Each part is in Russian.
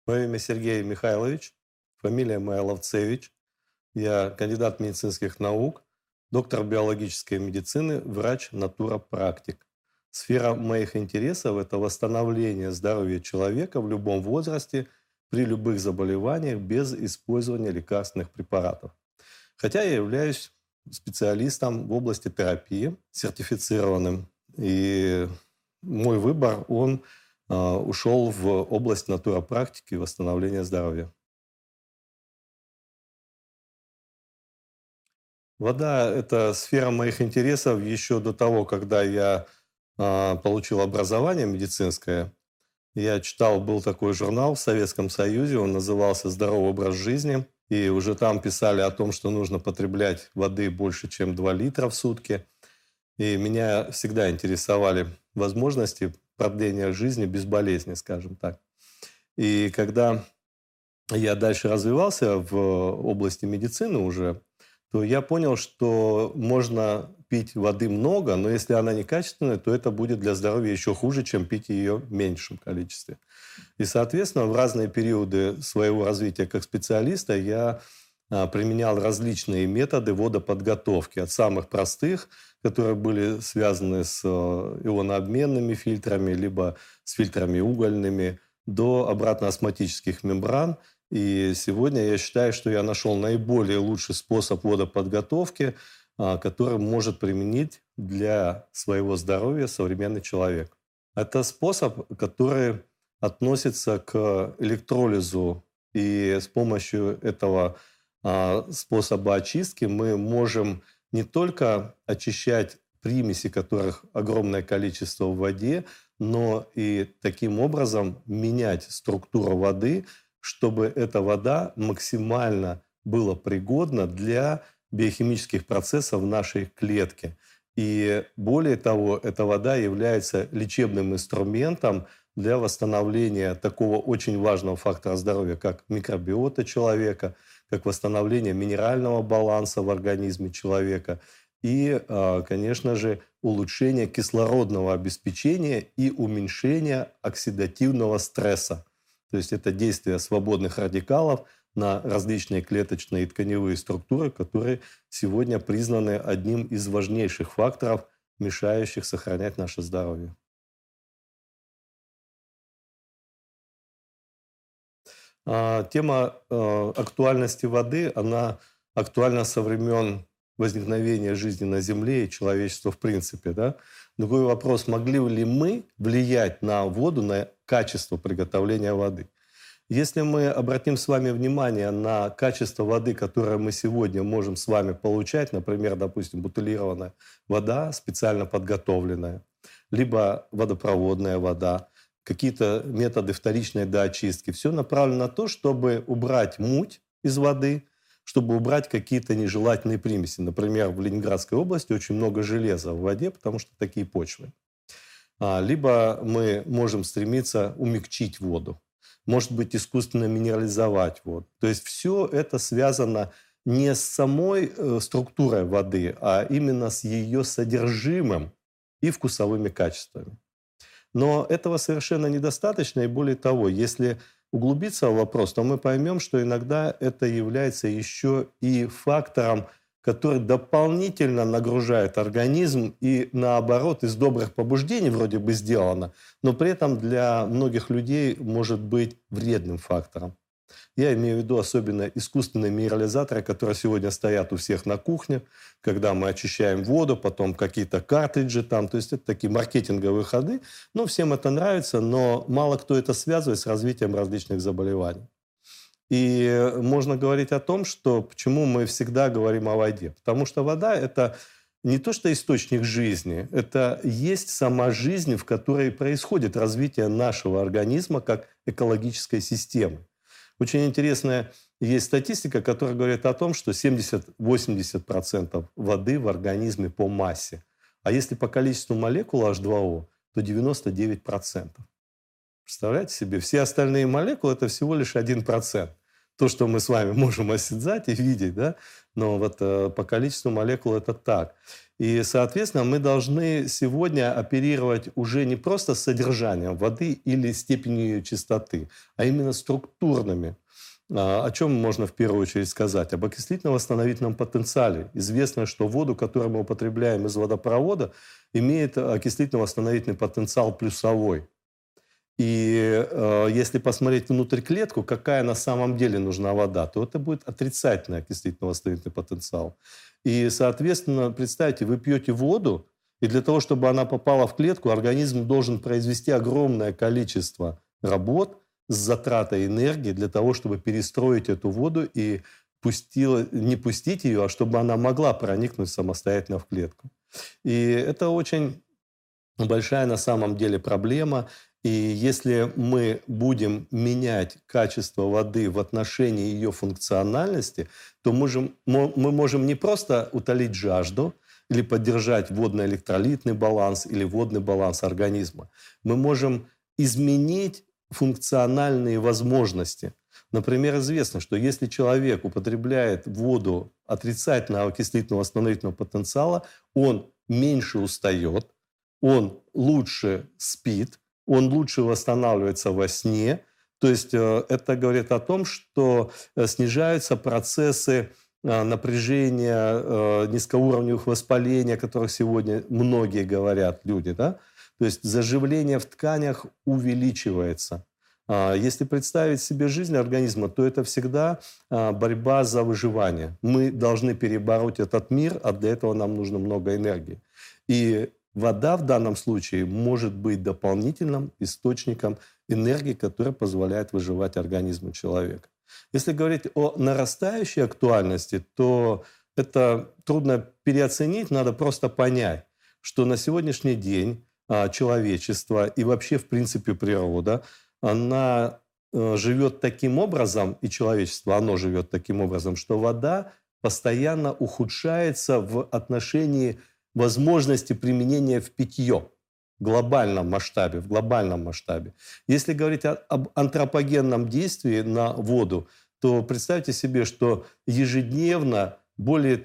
Мое имя Сергей Михайлович, фамилия моя Ловцевич. Я кандидат медицинских наук, доктор биологической медицины, врач-натуропрактик. Сфера моих интересов – это восстановление здоровья человека в любом возрасте при любых заболеваниях без использования лекарственных препаратов. Хотя я являюсь специалистом в области терапии, сертифицированным. И мой выбор, он ушел в область натуропрактики и восстановления здоровья. Вода – это сфера моих интересов еще до того, когда я получил образование медицинское. Я читал, был такой журнал в Советском Союзе, он назывался «Здоровый образ жизни». И уже там писали о том, что нужно потреблять воды больше, чем 2 литра в сутки. И меня всегда интересовали возможности продления жизни без болезни, скажем так. И когда я дальше развивался в области медицины уже, то я понял, что можно пить воды много, но если она некачественная, то это будет для здоровья еще хуже, чем пить ее в меньшем количестве. И, соответственно, в разные периоды своего развития как специалиста я применял различные методы водоподготовки. От самых простых, которые были связаны с ионообменными фильтрами, либо с фильтрами угольными, до обратно-осмотических мембран. И сегодня я считаю, что я нашел наиболее лучший способ водоподготовки, который может применить для своего здоровья современный человек. Это способ, который относится к электролизу, и с помощью этого способа очистки мы можем не только очищать примеси, которых огромное количество в воде, но и таким образом менять структуру воды, чтобы эта вода максимально была пригодна для биохимических процессов в нашей клетке. И более того, эта вода является лечебным инструментом для восстановления такого очень важного фактора здоровья, как микробиота человека, как восстановление минерального баланса в организме человека и, конечно же, улучшение кислородного обеспечения и уменьшение оксидативного стресса. То есть это действие свободных радикалов на различные клеточные и тканевые структуры, которые сегодня признаны одним из важнейших факторов, мешающих сохранять наше здоровье. Тема актуальности воды, она актуальна со времен возникновения жизни на Земле и человечества в принципе. Да? Другой вопрос, могли ли мы влиять на воду, на качество приготовления воды? Если мы обратим с вами внимание на качество воды, которое мы сегодня можем с вами получать, например, допустим, бутилированная вода, специально подготовленная, либо водопроводная вода, какие-то методы вторичной доочистки, все направлено на то, чтобы убрать муть из воды, чтобы убрать какие-то нежелательные примеси. Например, в Ленинградской области очень много железа в воде, потому что такие почвы. Либо мы можем стремиться умягчить воду, может быть, искусственно минерализовать воду. То есть все это связано не с самой структурой воды, а именно с ее содержимым и вкусовыми качествами. Но этого совершенно недостаточно, и более того, если углубиться в вопрос, то мы поймем, что иногда это является еще и фактором, который дополнительно нагружает организм и, наоборот, из добрых побуждений вроде бы сделано, но при этом для многих людей может быть вредным фактором. Я имею в виду особенно искусственные минерализаторы, которые сегодня стоят у всех на кухне, когда мы очищаем воду, потом какие-то картриджи там, то есть это такие маркетинговые ходы. Ну, всем это нравится, но мало кто это связывает с развитием различных заболеваний. И можно говорить о том, что почему мы всегда говорим о воде. Потому что вода – это не то, что источник жизни, это есть сама жизнь, в которой происходит развитие нашего организма как экологической системы. Очень интересная есть статистика, которая говорит о том, что 70-80% воды в организме по массе. А если по количеству молекул H2O, то 99%. Представляете себе? Все остальные молекулы – это всего лишь 1%. то, что мы с вами можем осязать и видеть, да, но вот по количеству молекул это так. И, соответственно, мы должны сегодня оперировать уже не просто содержанием воды или степенью ее чистоты, а именно структурными. О чем можно в первую очередь сказать? Об окислительно-восстановительном потенциале. Известно, что воду, которую мы употребляем из водопровода, имеет окислительно-восстановительный потенциал плюсовой. И если посмотреть внутрь клетку, какая на самом деле нужна вода, то это будет отрицательный окислительно-восстановительный потенциал. И, соответственно, представьте, вы пьете воду, и для того, чтобы она попала в клетку, организм должен произвести огромное количество работ с затратой энергии для того, чтобы перестроить эту воду и не пустить ее, а чтобы она могла проникнуть самостоятельно в клетку. И это очень большая на самом деле проблема. И если мы будем менять качество воды в отношении ее функциональности, то мы можем не просто утолить жажду или поддержать водно-электролитный баланс или водный баланс организма. Мы можем изменить функциональные возможности. Например, известно, что если человек употребляет воду отрицательного окислительного восстановительного потенциала, он меньше устает, он лучше спит, он лучше восстанавливается во сне. То есть это говорит о том, что снижаются процессы напряжения, низкоуровневых воспаления, о которых сегодня многие говорят люди. Да? То есть заживление в тканях увеличивается. Если представить себе жизнь организма, то это всегда борьба за выживание. Мы должны перебороть этот мир, а для этого нам нужно много энергии. И вода в данном случае может быть дополнительным источником энергии, который позволяет выживать организму человека. Если говорить о нарастающей актуальности, то это трудно переоценить, надо просто понять, что на сегодняшний день человечество и вообще, в принципе, природа, она живет таким образом, и человечество, оно живет таким образом, что вода постоянно ухудшается в отношении возможности применения в питье в глобальном масштабе. Если говорить об антропогенном действии на воду, то представьте себе, что ежедневно более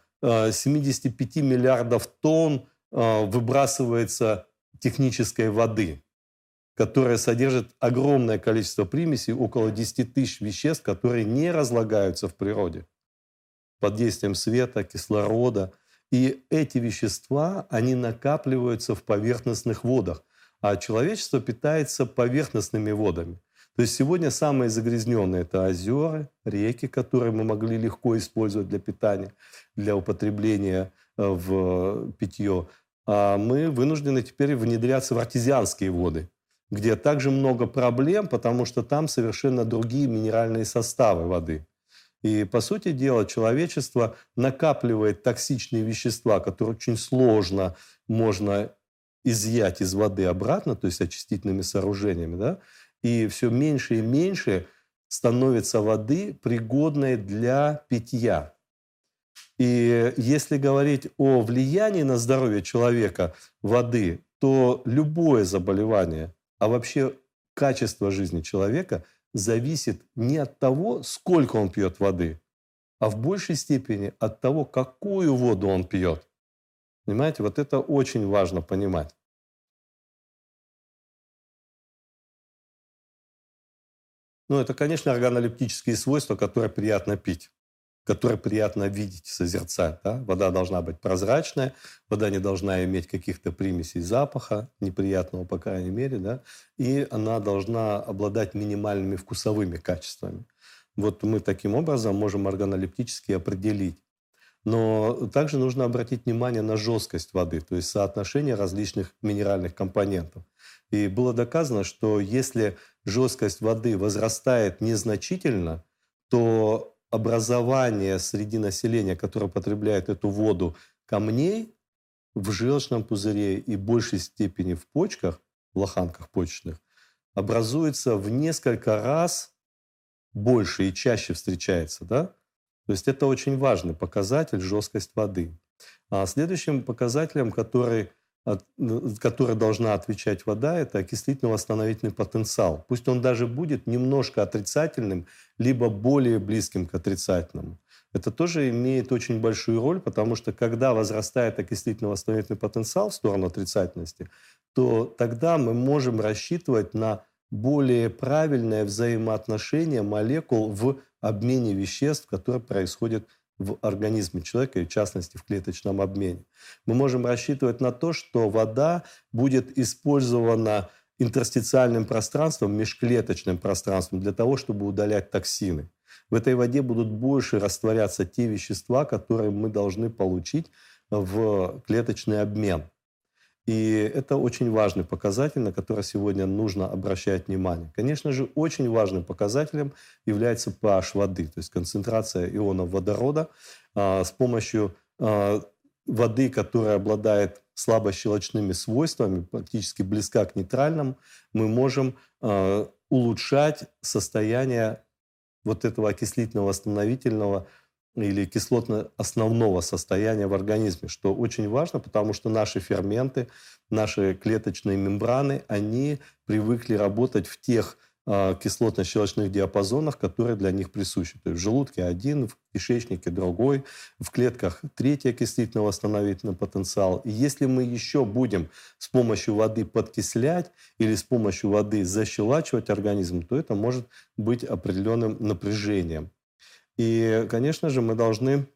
75 миллиардов тонн выбрасывается технической воды, которая содержит огромное количество примесей, около 10 тысяч веществ, которые не разлагаются в природе под действием света, кислорода. И эти вещества, они накапливаются в поверхностных водах, а человечество питается поверхностными водами. То есть сегодня самые загрязненные – это озера, реки, которые мы могли легко использовать для питания, для употребления в питье. А мы вынуждены теперь внедряться в артезианские воды, где также много проблем, потому что там совершенно другие минеральные составы воды. И, по сути дела, человечество накапливает токсичные вещества, которые очень сложно можно изъять из воды обратно, то есть очистительными сооружениями, да? И все меньше и меньше становится воды, пригодной для питья. И если говорить о влиянии на здоровье человека воды, то любое заболевание, а вообще качество жизни человека зависит не от того, сколько он пьет воды, а в большей степени от того, какую воду он пьет. Понимаете, вот это очень важно понимать. Ну, это, конечно, органолептические свойства, которые приятно пить, которые приятно видеть, созерцать. Да? Вода должна быть прозрачная, вода не должна иметь каких-то примесей запаха, неприятного, по крайней мере, да? И она должна обладать минимальными вкусовыми качествами. Вот мы таким образом можем органолептически определить. Но также нужно обратить внимание на жесткость воды, то есть соотношение различных минеральных компонентов. И было доказано, что если жесткость воды возрастает незначительно, то образование среди населения, которое потребляет эту воду, камней в желчном пузыре и в большей степени в почках, в лоханках почечных, образуется в несколько раз больше и чаще встречается, да? То есть это очень важный показатель, жесткость воды. А следующим показателем, который который должна отвечать вода, это окислительно-восстановительный потенциал. Пусть он даже будет немножко отрицательным, либо более близким к отрицательному. Это тоже имеет очень большую роль, потому что когда возрастает окислительно-восстановительный потенциал в сторону отрицательности, то тогда мы можем рассчитывать на более правильное взаимоотношение молекул в обмене веществ, которое происходит в организме человека, и в частности в клеточном обмене. Мы можем рассчитывать на то, что вода будет использована интерстициальным пространством, межклеточным пространством для того, чтобы удалять токсины. В этой воде будут больше растворяться те вещества, которые мы должны получить в клеточный обмен. И это очень важный показатель, на который сегодня нужно обращать внимание. Конечно же, очень важным показателем является pH воды, то есть концентрация ионов водорода. С помощью воды, которая обладает слабощелочными свойствами, практически близка к нейтральному, мы можем улучшать состояние вот этого окислительно-восстановительного или кислотно-основного состояния в организме, что очень важно, потому что наши ферменты, наши клеточные мембраны, они привыкли работать в тех кислотно-щелочных диапазонах, которые для них присущи. То есть в желудке один, в кишечнике другой, в клетках третий окислительно-восстановительный потенциал. И если мы еще будем с помощью воды подкислять или с помощью воды защелачивать организм, то это может быть определенным напряжением. И, конечно же, мы должны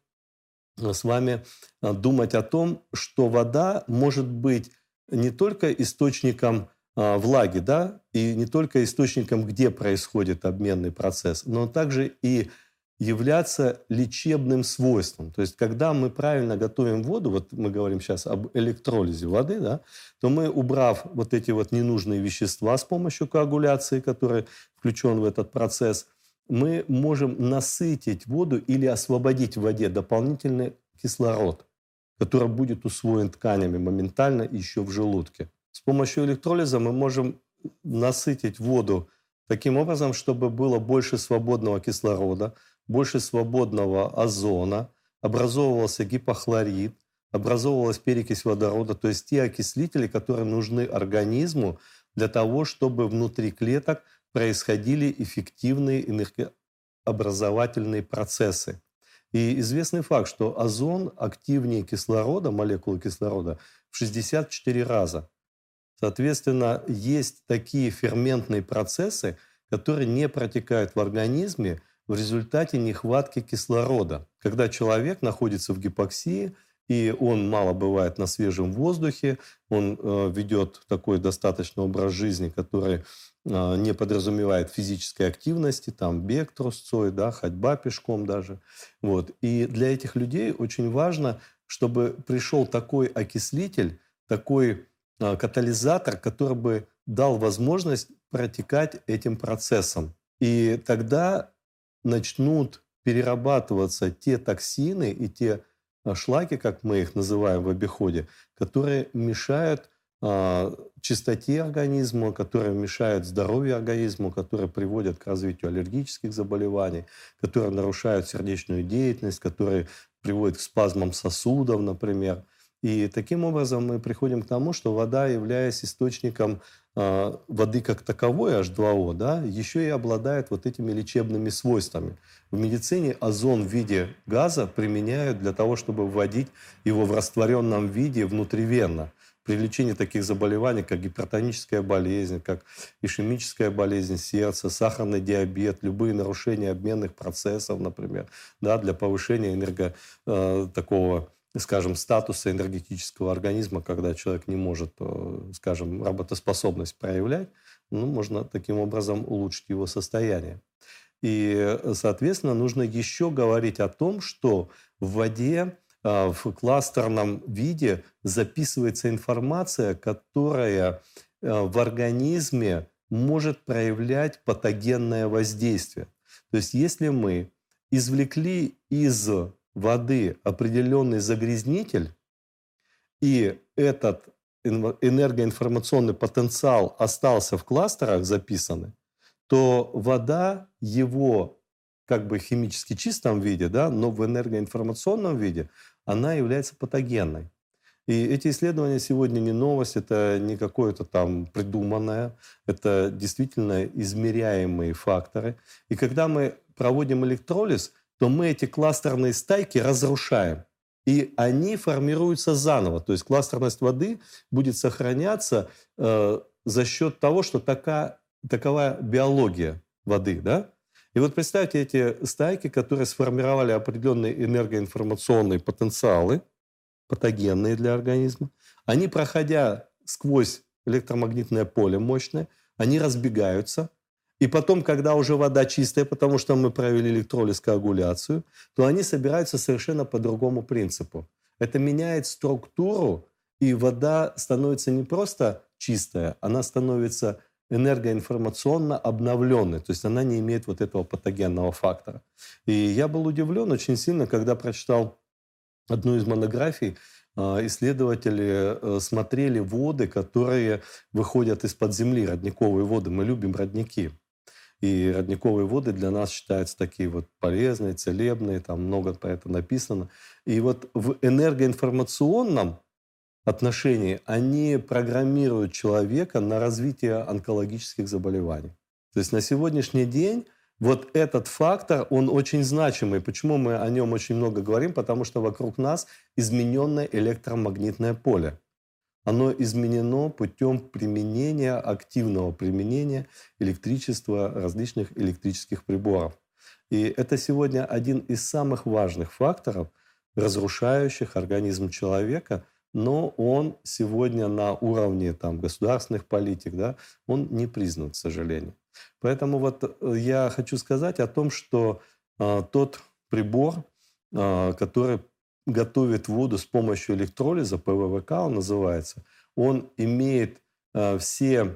с вами думать о том, что вода может быть не только источником влаги, да, и не только источником, где происходит обменный процесс, но также и являться лечебным свойством. То есть, когда мы правильно готовим воду, вот мы говорим сейчас об электролизе воды, да, то мы, убрав вот эти вот ненужные вещества с помощью коагуляции, который включен в этот процесс, мы можем насытить воду или освободить в воде дополнительный кислород, который будет усвоен тканями моментально еще в желудке. С помощью электролиза мы можем насытить воду таким образом, чтобы было больше свободного кислорода, больше свободного озона, образовывался гипохлорид, образовывалась перекись водорода, то есть те окислители, которые нужны организму для того, чтобы внутри клеток происходили эффективные энергообразовательные процессы. И известный факт, что озон активнее кислорода, молекулы кислорода, в 64 раза. Соответственно, есть такие ферментные процессы, которые не протекают в организме в результате нехватки кислорода. Когда человек находится в гипоксии, и он мало бывает на свежем воздухе, он ведет такой достаточно образ жизни, который не подразумевает физической активности, там бег трусцой, да, ходьба пешком даже. Вот. И для этих людей очень важно, чтобы пришел такой окислитель, такой катализатор, который бы дал возможность протекать этим процессом. И тогда начнут перерабатываться те токсины и те шлаки, как мы их называем в обиходе, которые мешают чистоте организма, которые мешают здоровью организма, которые приводят к развитию аллергических заболеваний, которые нарушают сердечную деятельность, которые приводят к спазмам сосудов, например. И таким образом мы приходим к тому, что вода, являясь источником воды как таковой, H2O, да, еще и обладает вот этими лечебными свойствами. В медицине озон в виде газа применяют для того, чтобы вводить его в растворенном виде внутривенно. При лечении таких заболеваний, как гипертоническая болезнь, как ишемическая болезнь сердца, сахарный диабет, любые нарушения обменных процессов, например, да, для повышения такого, скажем, статуса энергетического организма, когда человек не может, скажем, работоспособность проявлять, можно таким образом улучшить его состояние. И, соответственно, нужно еще говорить о том, что в воде в кластерном виде записывается информация, которая в организме может проявлять патогенное воздействие. То есть если мы извлекли из воды определенный загрязнитель, и этот энергоинформационный потенциал остался в кластерах записанный, то вода его как бы химически чистом виде, да, но в энергоинформационном виде она является патогенной. И эти исследования сегодня не новость, это не какое-то там придуманное, это действительно измеряемые факторы. И когда мы проводим электролиз, то мы эти кластерные стайки разрушаем. И они формируются заново. То есть кластерность воды будет сохраняться за счет того, что такова биология воды. Да? И вот представьте эти стайки, которые сформировали определенные энергоинформационные потенциалы, патогенные для организма. Они, проходя сквозь электромагнитное поле мощное, они разбегаются. И потом, когда уже вода чистая, потому что мы провели электролиз, коагуляцию, то они собираются совершенно по другому принципу. Это меняет структуру, и вода становится не просто чистая, она становится энергоинформационно обновленной. То есть она не имеет вот этого патогенного фактора. И я был удивлен очень сильно, когда прочитал одну из монографий, исследователи смотрели воды, которые выходят из-под земли, родниковые воды. Мы любим родники. И родниковые воды для нас считаются такие вот полезные, целебные, там много про это написано. И вот в энергоинформационном отношении они программируют человека на развитие онкологических заболеваний. То есть на сегодняшний день вот этот фактор, он очень значимый. Почему мы о нем очень много говорим? Потому что вокруг нас измененное электромагнитное поле. Оно изменено путем применения, активного применения электричества, различных электрических приборов. И это сегодня один из самых важных факторов, разрушающих организм человека, но он сегодня на уровне там, государственных политик, да, он не признан, к сожалению. Поэтому вот я хочу сказать о том, что тот прибор, который готовит воду с помощью электролиза, ПВВК он называется, он имеет все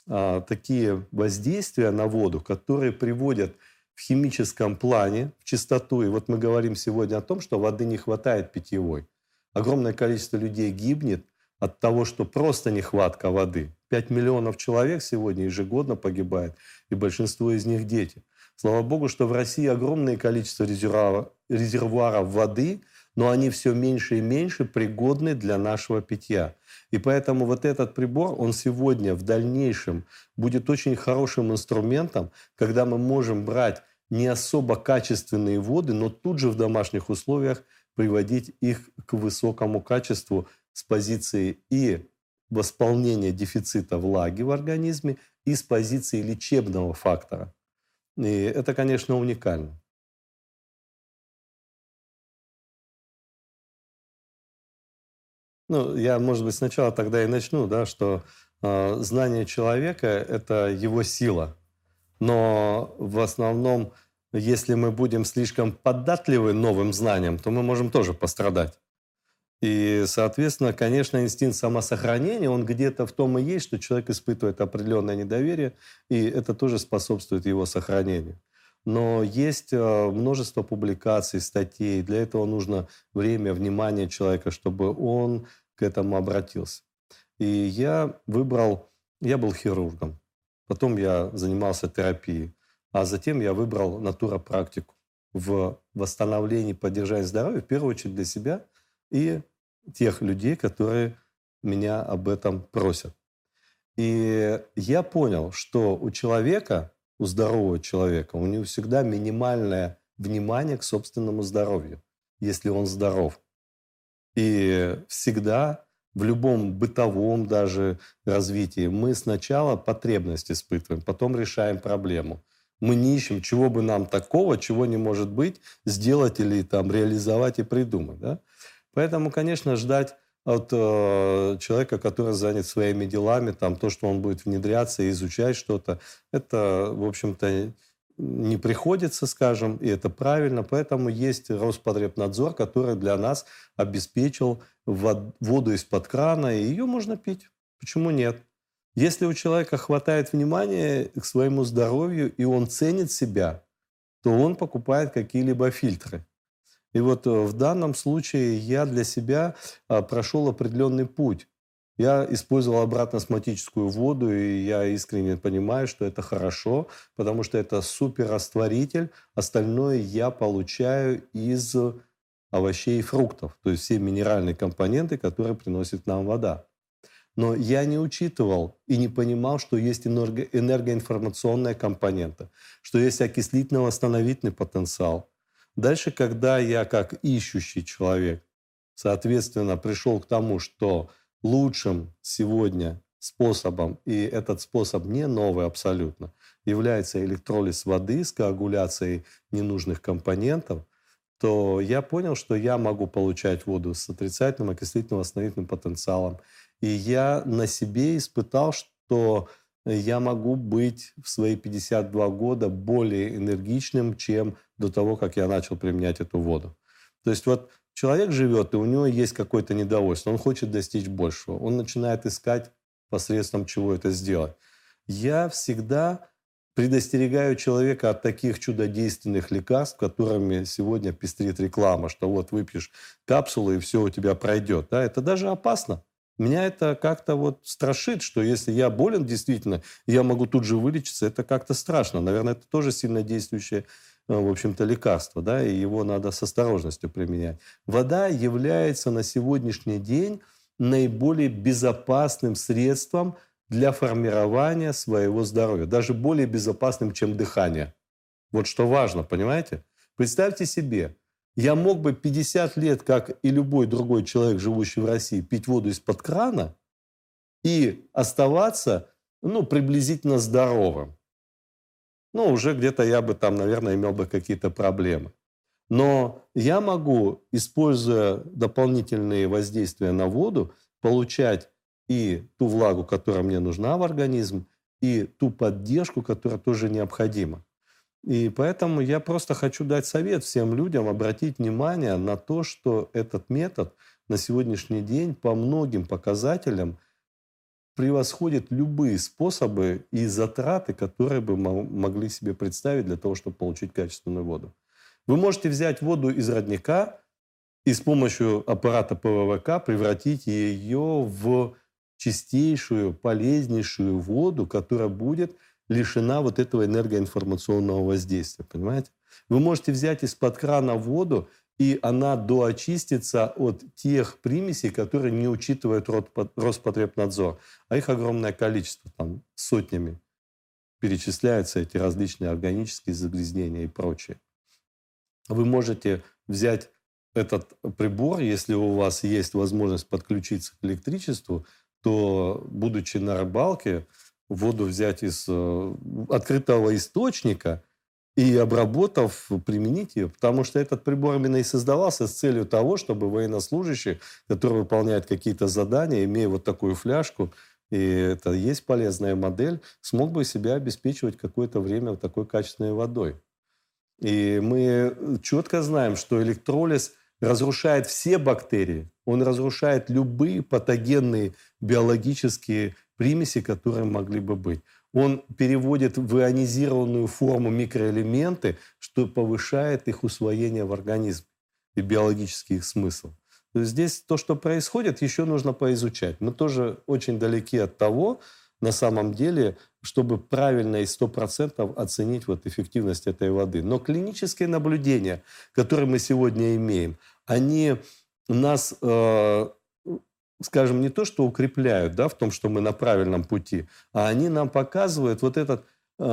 такие воздействия на воду, которые приводят в химическом плане в чистоту. И вот мы говорим сегодня о том, что воды не хватает питьевой. Огромное количество людей гибнет от того, что просто нехватка воды. 5 миллионов человек сегодня ежегодно погибает, и большинство из них дети. Слава Богу, что в России огромное количество резервуаров воды, но они все меньше и меньше пригодны для нашего питья. И поэтому вот этот прибор, он сегодня в дальнейшем будет очень хорошим инструментом, когда мы можем брать не особо качественные воды, но тут же в домашних условиях приводить их к высокому качеству с позиции и восполнения дефицита влаги в организме, и с позиции лечебного фактора. И это, конечно, уникально. Ну, я, может быть, сначала тогда и начну, да, что знание человека – это его сила. Но в основном, если мы будем слишком податливы новым знаниям, то мы можем тоже пострадать. И, соответственно, конечно, инстинкт самосохранения, он где-то в том и есть, что человек испытывает определенное недоверие, и это тоже способствует его сохранению. Но есть множество публикаций, статей. Для этого нужно время, внимание человека, чтобы он к этому обратился. И я был хирургом, потом я занимался терапией, а затем я выбрал натуропрактику в восстановлении, поддержании здоровья, в первую очередь для себя и тех людей, которые меня об этом просят. И я понял, что у человека, у здорового человека, у него всегда минимальное внимание к собственному здоровью, если он здоров. И всегда в любом бытовом даже развитии мы сначала потребность испытываем, потом решаем проблему. Мы не ищем, чего бы нам такого, чего не может быть, сделать или там реализовать и придумать. Да? Поэтому, конечно, ждать от человека, который занят своими делами, там, то, что он будет внедряться и изучать что-то, это, в общем-то, не приходится, скажем, и это правильно. Поэтому есть Роспотребнадзор, который для нас обеспечил воду из-под крана, и ее можно пить. Почему нет? Если у человека хватает внимания к своему здоровью, и он ценит себя, то он покупает какие-либо фильтры. И вот в данном случае я для себя прошел определенный путь. Я использовал обратно-осмотическую воду, и я искренне понимаю, что это хорошо, потому что это суперрастворитель. Остальное я получаю из овощей и фруктов, то есть все минеральные компоненты, которые приносит нам вода. Но я не учитывал и не понимал, что есть энергоинформационная компонента, что есть окислительно-восстановительный потенциал. Дальше, когда я как ищущий человек, соответственно, пришел к тому, что лучшим сегодня способом, и этот способ не новый абсолютно, является электролиз воды с коагуляцией ненужных компонентов, то я понял, что я могу получать воду с отрицательным окислительно-восстановительным потенциалом. И я на себе испытал, что я могу быть в свои 52 года более энергичным, чем до того, как я начал применять эту воду. То есть вот человек живет, и у него есть какое-то недовольство, он хочет достичь большего. Он начинает искать посредством чего это сделать. Я всегда предостерегаю человека от таких чудодейственных лекарств, которыми сегодня пестрит реклама, что вот выпьешь капсулу, и все у тебя пройдет. Да? Это даже опасно. Меня это как-то вот страшит, что если я болен действительно, я могу тут же вылечиться, это как-то страшно. Наверное, это тоже сильно действующее, в общем-то, лекарство, да, и его надо с осторожностью применять. Вода является на сегодняшний день наиболее безопасным средством для формирования своего здоровья. Даже более безопасным, чем дыхание. Вот что важно, понимаете? Представьте себе, я мог бы 50 лет, как и любой другой человек, живущий в России, пить воду из-под крана и оставаться, приблизительно здоровым. Уже где-то я бы там, наверное, имел бы какие-то проблемы. Но я могу, используя дополнительные воздействия на воду, получать и ту влагу, которая мне нужна в организм, и ту поддержку, которая тоже необходима. И поэтому я просто хочу дать совет всем людям обратить внимание на то, что этот метод на сегодняшний день по многим показателям превосходит любые способы и затраты, которые бы могли себе представить для того, чтобы получить качественную воду. Вы можете взять воду из родника и с помощью аппарата ПВВК превратить ее в чистейшую, полезнейшую воду, которая будет лишена вот этого энергоинформационного воздействия. Понимаете? Вы можете взять из-под крана воду, и она доочистится от тех примесей, которые не учитывает Роспотребнадзор. А их огромное количество, там сотнями перечисляются эти различные органические загрязнения и прочее. Вы можете взять этот прибор, если у вас есть возможность подключиться к электричеству, то, будучи на рыбалке, воду взять из открытого источника и, обработав, применить ее. Потому что этот прибор именно и создавался с целью того, чтобы военнослужащий, который выполняет какие-то задания, имея вот такую фляжку, и это есть полезная модель, смог бы себя обеспечивать какое-то время вот такой качественной водой. И мы четко знаем, что электролиз разрушает все бактерии, он разрушает любые патогенные биологические примеси, которые могли бы быть. Он переводит в ионизированную форму микроэлементы, что повышает их усвоение в организм и биологический их смысл. То есть здесь то, что происходит, еще нужно поизучать. Мы тоже очень далеки от того, на самом деле, чтобы правильно и 100% оценить вот эффективность этой воды. Но клинические наблюдения, которые мы сегодня имеем, они нас, скажем, не то что укрепляют, да, в том, что мы на правильном пути, а они нам показывают вот этот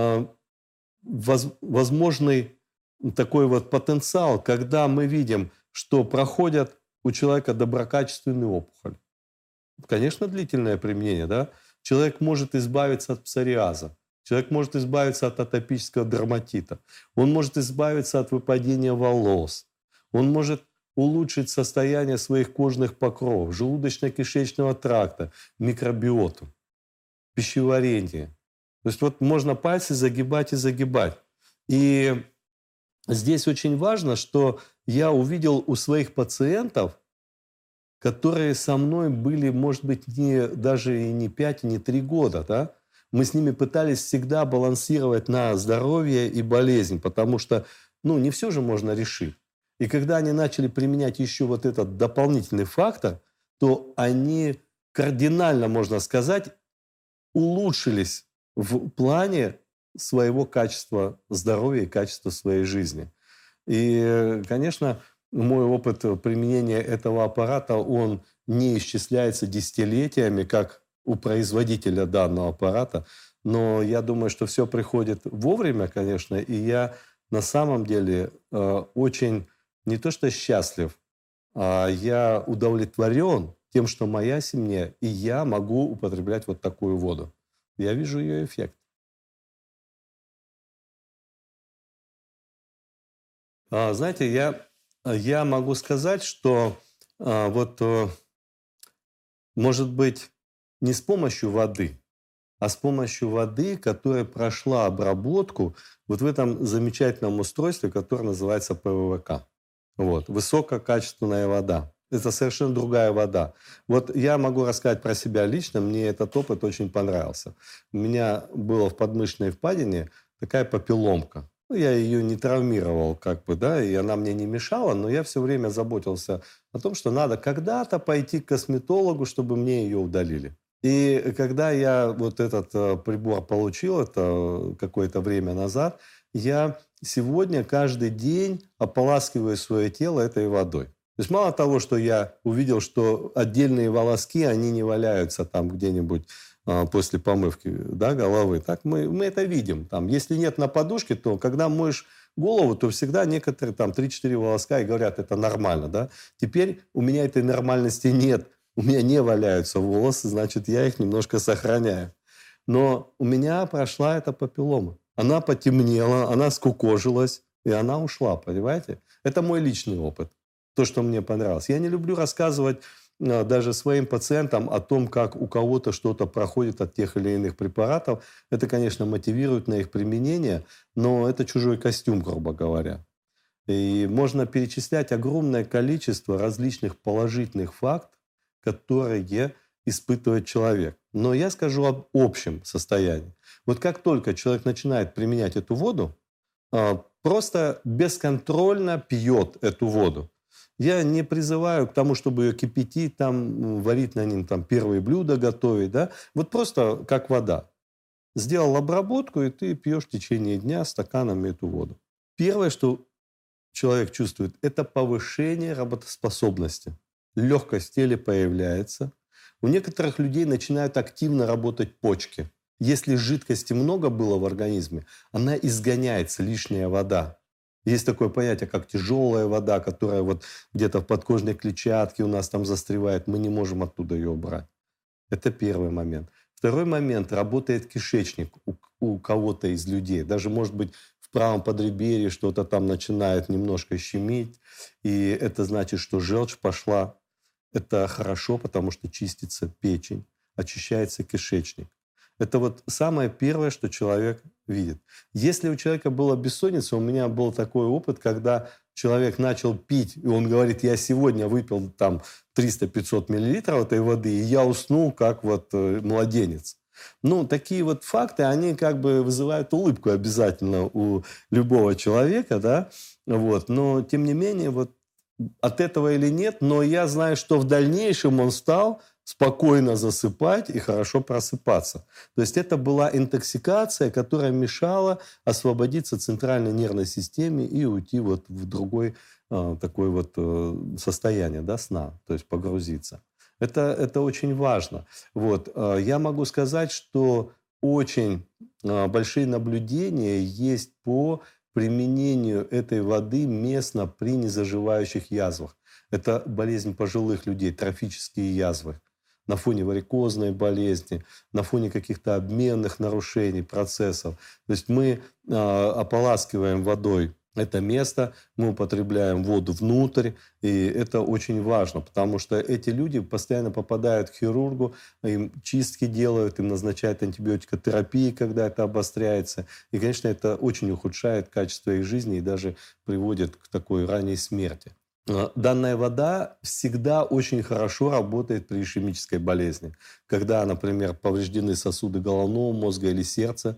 возможный такой вот потенциал, когда мы видим, что проходят у человека доброкачественные опухоли. Конечно, длительное применение, да. Человек может избавиться от псориаза, человек может избавиться от атопического дерматита, он может избавиться от выпадения волос, он может улучшить состояние своих кожных покровов, желудочно-кишечного тракта, микробиоту, пищеварение. То есть вот можно пальцы загибать и загибать. И здесь очень важно, что я увидел у своих пациентов, которые со мной были, может быть, даже и не 5, и не 3 года. Да? Мы с ними пытались всегда балансировать на здоровье и болезнь, потому что не все же можно решить. И когда они начали применять еще вот этот дополнительный фактор, то они кардинально, можно сказать, улучшились в плане своего качества здоровья и качества своей жизни. И, конечно, мой опыт применения этого аппарата, он не исчисляется десятилетиями, как у производителя данного аппарата. Но я думаю, что все приходит вовремя, конечно, и я на самом деле очень не то что счастлив, а я удовлетворен тем, что моя семья и я могу употреблять вот такую воду. Я вижу ее эффект. Знаете, я могу сказать, что вот, может быть, не с помощью воды, а с помощью воды, которая прошла обработку вот в этом замечательном устройстве, которое называется ПВВК. Вот. Высококачественная вода. Это совершенно другая вода. Вот я могу рассказать про себя лично. Мне этот опыт очень понравился. У меня было в подмышечной впадине такая папилломка. Ну, я ее не травмировал, как бы, да, и она мне не мешала, но я все время заботился о том, что надо когда-то пойти к косметологу, чтобы мне ее удалили. И когда я вот этот прибор получил, это какое-то время назад, я сегодня каждый день ополаскиваю свое тело этой водой. То есть мало того, что я увидел, что отдельные волоски, они не валяются там где-нибудь после помывки, да, головы, так мы это видим. Там, если нет на подушке, то когда моешь голову, то всегда некоторые там 3-4 волоска и говорят, это нормально. Да? Теперь у меня этой нормальности нет. У меня не валяются волосы, значит, я их немножко сохраняю. Но у меня прошла эта папиллома. Она потемнела, она скукожилась, и она ушла, понимаете? Это мой личный опыт, то, что мне понравилось. Я не люблю рассказывать даже своим пациентам о том, как у кого-то что-то проходит от тех или иных препаратов. Это, конечно, мотивирует на их применение, но это чужой костюм, грубо говоря. И можно перечислять огромное количество различных положительных фактов, которые испытывает человек. Но я скажу об общем состоянии. Вот как только человек начинает применять эту воду, просто бесконтрольно пьет эту воду. Я не призываю к тому, чтобы ее кипятить, там, варить на нем там, первые блюда готовить. Да? Вот просто как вода. Сделал обработку, и ты пьешь в течение дня стаканами эту воду. Первое, что человек чувствует, это повышение работоспособности. Легкость в теле появляется. У некоторых людей начинают активно работать почки. Если жидкости много было в организме, она изгоняется, лишняя вода. Есть такое понятие, как тяжелая вода, которая вот где-то в подкожной клетчатке у нас там застревает. Мы не можем оттуда ее убрать. Это первый момент. Второй момент. Работает кишечник у кого-то из людей. Даже, может быть, в правом подреберье что-то там начинает немножко щемить. И это значит, что желчь пошла. Это хорошо, потому что чистится печень, очищается кишечник. Это вот самое первое, что человек видит. Если у человека была бессонница, у меня был такой опыт, когда человек начал пить, и он говорит, я сегодня выпил там 300-500 миллилитров этой воды, и я уснул, как вот младенец. Ну, такие вот факты, они как бы вызывают улыбку обязательно у любого человека, да, вот. Но, тем не менее, вот от этого или нет, но я знаю, что в дальнейшем он стал спокойно засыпать и хорошо просыпаться. То есть это была интоксикация, которая мешала освободиться центральной нервной системе и уйти вот в другой такое вот состояние, да, сна, то есть погрузиться. Это очень важно. Вот. Я могу сказать, что очень большие наблюдения есть по применению этой воды местно при незаживающих язвах. Это болезнь пожилых людей, трофические язвы. На фоне варикозной болезни, на фоне каких-то обменных нарушений, процессов. То есть мы ополаскиваем водой это место, мы употребляем воду внутрь, и это очень важно, потому что эти люди постоянно попадают к хирургу, им чистки делают, им назначают антибиотикотерапии, когда это обостряется. И, конечно, это очень ухудшает качество их жизни и даже приводит к такой ранней смерти. Данная вода всегда очень хорошо работает при ишемической болезни. Когда, например, повреждены сосуды головного мозга или сердца,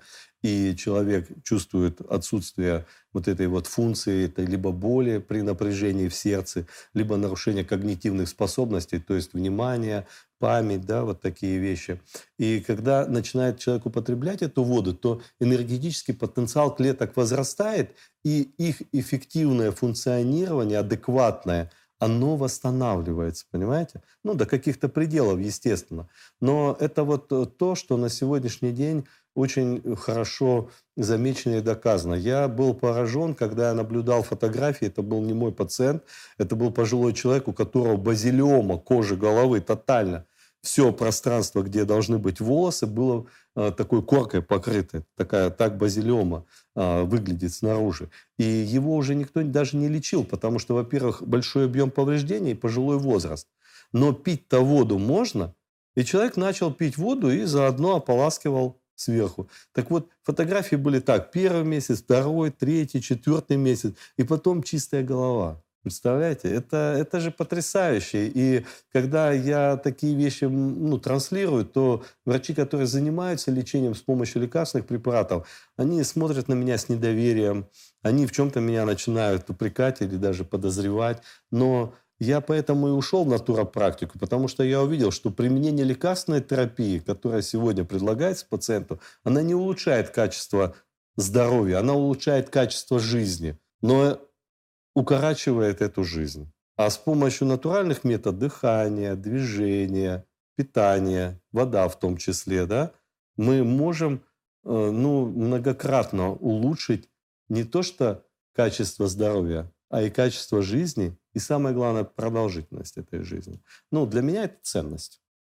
и человек чувствует отсутствие вот этой вот функции, это либо боли при напряжении в сердце, либо нарушение когнитивных способностей, то есть внимание, память, да, вот такие вещи. И когда начинает человек употреблять эту воду, то энергетический потенциал клеток возрастает, и их эффективное функционирование, адекватное, оно восстанавливается, понимаете? Ну, до каких-то пределов, естественно. Но это вот то, что на сегодняшний день очень хорошо замечено и доказано. Я был поражен, когда я наблюдал фотографии. Это был не мой пациент, это был пожилой человек, у которого базилиома кожи головы тотально. Все пространство, где должны быть волосы, было такой коркой покрыто. Так базилиома выглядит снаружи. И его уже никто даже не лечил, потому что, во-первых, большой объем повреждений и пожилой возраст. Но пить-то воду можно. И человек начал пить воду и заодно ополаскивал сверху. Так вот, фотографии были так. Первый месяц, второй, третий, четвертый месяц. И потом чистая голова. Представляете? Это же потрясающе. И когда я такие вещи транслирую, то врачи, которые занимаются лечением с помощью лекарственных препаратов, они смотрят на меня с недоверием. Они в чем-то меня начинают упрекать или даже подозревать. Но я поэтому и ушел в натуропрактику, потому что я увидел, что применение лекарственной терапии, которая сегодня предлагается пациенту, она не улучшает качество здоровья, она улучшает качество жизни, но укорачивает эту жизнь. А с помощью натуральных методов дыхания, движения, питания, вода в том числе, да, мы можем многократно улучшить не то что качество здоровья, а и качество жизни, и самое главное, продолжительность этой жизни. Для меня это ценность.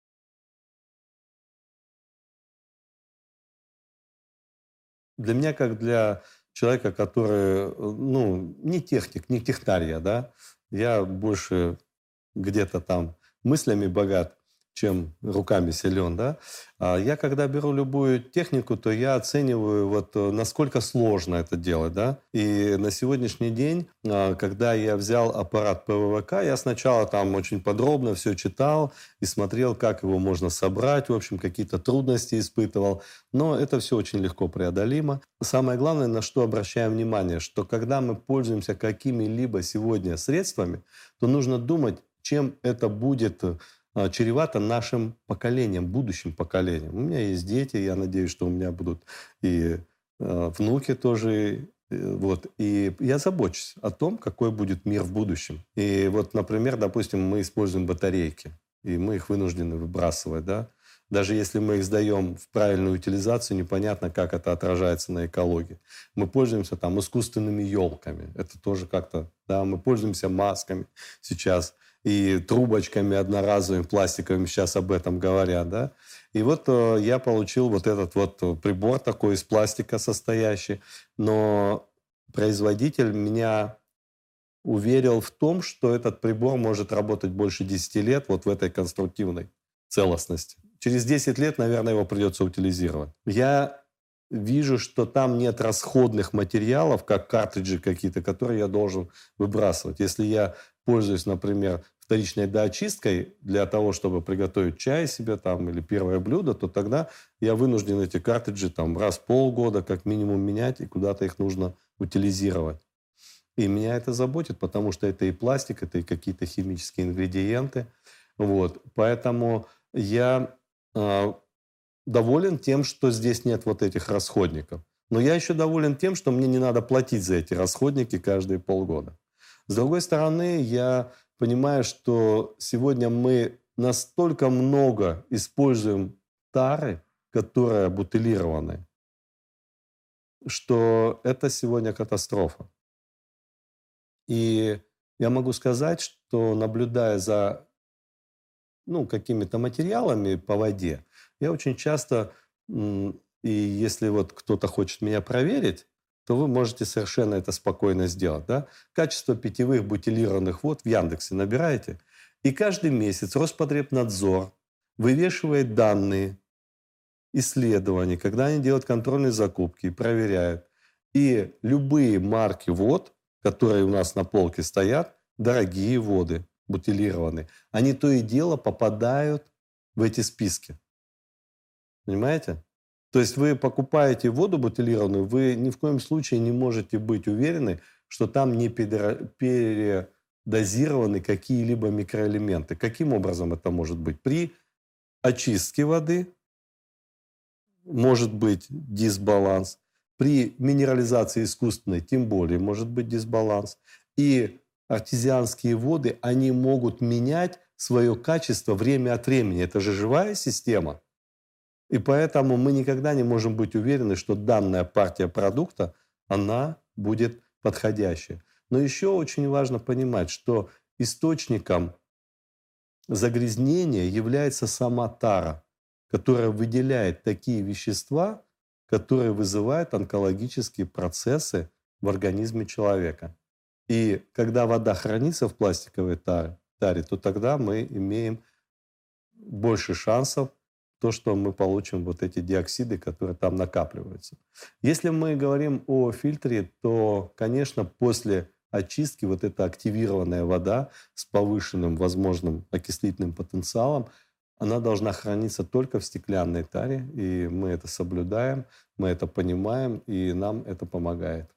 Для меня, как для человека, который, не техник, не технарь я, да, я больше где-то там мыслями богат, чем руками силен, да. А я, когда беру любую технику, то я оцениваю, насколько сложно это делать, да. И на сегодняшний день, когда я взял аппарат ПВВК, я сначала там очень подробно все читал и смотрел, как его можно собрать, в общем, какие-то трудности испытывал. Но это все очень легко преодолимо. Самое главное, на что обращаем внимание, что когда мы пользуемся какими-либо сегодня средствами, то нужно думать, чем это будет чревато нашим поколением, будущим поколением. У меня есть дети, я надеюсь, что у меня будут и внуки тоже. И я забочусь о том, какой будет мир в будущем. И например, допустим, мы используем батарейки, и мы их вынуждены выбрасывать, да. Даже если мы их сдаем в правильную утилизацию, непонятно, как это отражается на экологии. Мы пользуемся там искусственными елками. Это тоже как-то, да, мы пользуемся масками сейчас и трубочками одноразовыми, пластиковыми, сейчас об этом говорят, да. И я получил этот прибор такой из пластика состоящий, но производитель меня уверил в том, что этот прибор может работать больше 10 лет в этой конструктивной целостности. Через 10 лет, наверное, его придется утилизировать. Я вижу, что там нет расходных материалов, как картриджи какие-то, которые я должен выбрасывать. Если я пользуюсь, например, вторичной доочисткой для того, чтобы приготовить чай себе там, или первое блюдо, то тогда я вынужден эти картриджи раз в полгода как минимум менять, и куда-то их нужно утилизировать. И меня это заботит, потому что это и пластик, это и какие-то химические ингредиенты. Поэтому я доволен тем, что здесь нет этих расходников. Но я еще доволен тем, что мне не надо платить за эти расходники каждые полгода. С другой стороны, я понимаю, что сегодня мы настолько много используем тары, которые бутилированы, что это сегодня катастрофа. И я могу сказать, что наблюдая за какими-то материалами по воде, я очень часто, и если кто-то хочет меня проверить, то вы можете совершенно это спокойно сделать. Да? Качество питьевых бутилированных вод в Яндексе набираете, и каждый месяц Роспотребнадзор вывешивает данные исследований, когда они делают контрольные закупки и проверяют. И любые марки вод, которые у нас на полке стоят, дорогие воды, бутилированные, они то и дело попадают в эти списки. Понимаете? То есть вы покупаете воду бутилированную, вы ни в коем случае не можете быть уверены, что там не передозированы какие-либо микроэлементы. Каким образом это может быть? При очистке воды может быть дисбаланс. При минерализации искусственной тем более может быть дисбаланс. И артезианские воды, они могут менять свое качество время от времени. Это же живая система. И поэтому мы никогда не можем быть уверены, что данная партия продукта, она будет подходящая. Но еще очень важно понимать, что источником загрязнения является сама тара, которая выделяет такие вещества, которые вызывают онкологические процессы в организме человека. И когда вода хранится в пластиковой таре, то тогда мы имеем больше шансов то, что мы получим вот эти диоксиды, которые там накапливаются. Если мы говорим о фильтре, то, конечно, после очистки вот эта активированная вода с повышенным возможным окислительным потенциалом, она должна храниться только в стеклянной таре, и мы это соблюдаем, мы это понимаем, и нам это помогает.